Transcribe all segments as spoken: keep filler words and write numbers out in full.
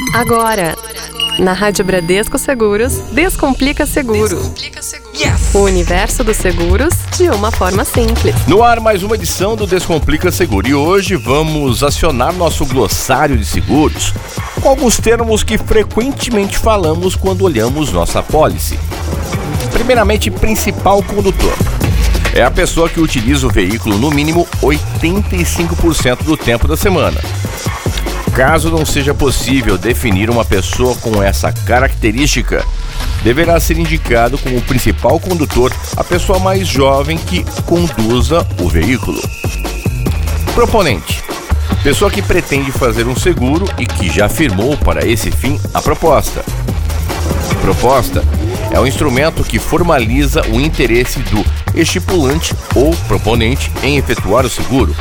Agora, na Rádio Bradesco Seguros, Descomplica Seguro. Yes! O universo dos seguros de uma forma simples. No ar, mais uma edição do Descomplica Seguro. E hoje vamos acionar nosso glossário de seguros com alguns termos que frequentemente falamos quando olhamos nossa apólice. Primeiramente, principal condutor. É a pessoa que utiliza o veículo no mínimo oitenta e cinco por cento do tempo da semana. Caso não seja possível definir uma pessoa com essa característica, deverá ser indicado como principal condutor a pessoa mais jovem que conduza o veículo. Proponente. Pessoa que pretende fazer um seguro e que já firmou para esse fim a proposta. Proposta é um instrumento que formaliza o interesse do estipulante ou proponente em efetuar o seguro.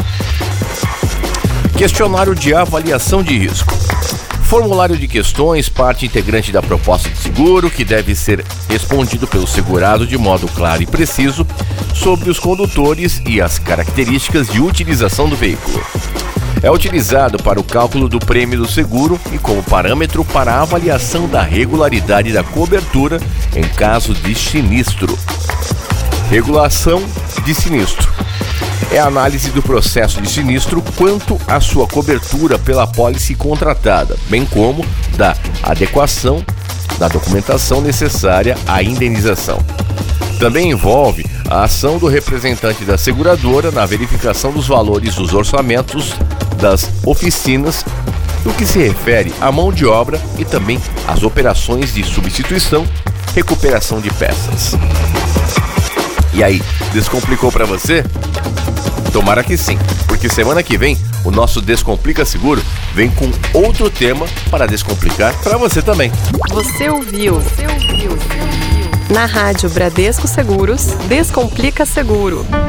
Questionário de avaliação de risco. Formulário de questões, parte integrante da proposta de seguro, que deve ser respondido pelo segurado de modo claro e preciso sobre os condutores e as características de utilização do veículo. É utilizado para o cálculo do prêmio do seguro e como parâmetro para a avaliação da regularidade da cobertura em caso de sinistro. Regulação de sinistro. É a análise do processo de sinistro quanto à sua cobertura pela apólice contratada, bem como da adequação da documentação necessária à indenização. Também envolve a ação do representante da seguradora na verificação dos valores dos orçamentos das oficinas, no que se refere à mão de obra e também às operações de substituição, recuperação de peças. E aí, descomplicou para você? Tomara que sim, porque semana que vem o nosso Descomplica Seguro vem com outro tema para descomplicar para você também. Você ouviu? Você ouviu? Você ouviu? Na Rádio Bradesco Seguros, Descomplica Seguro.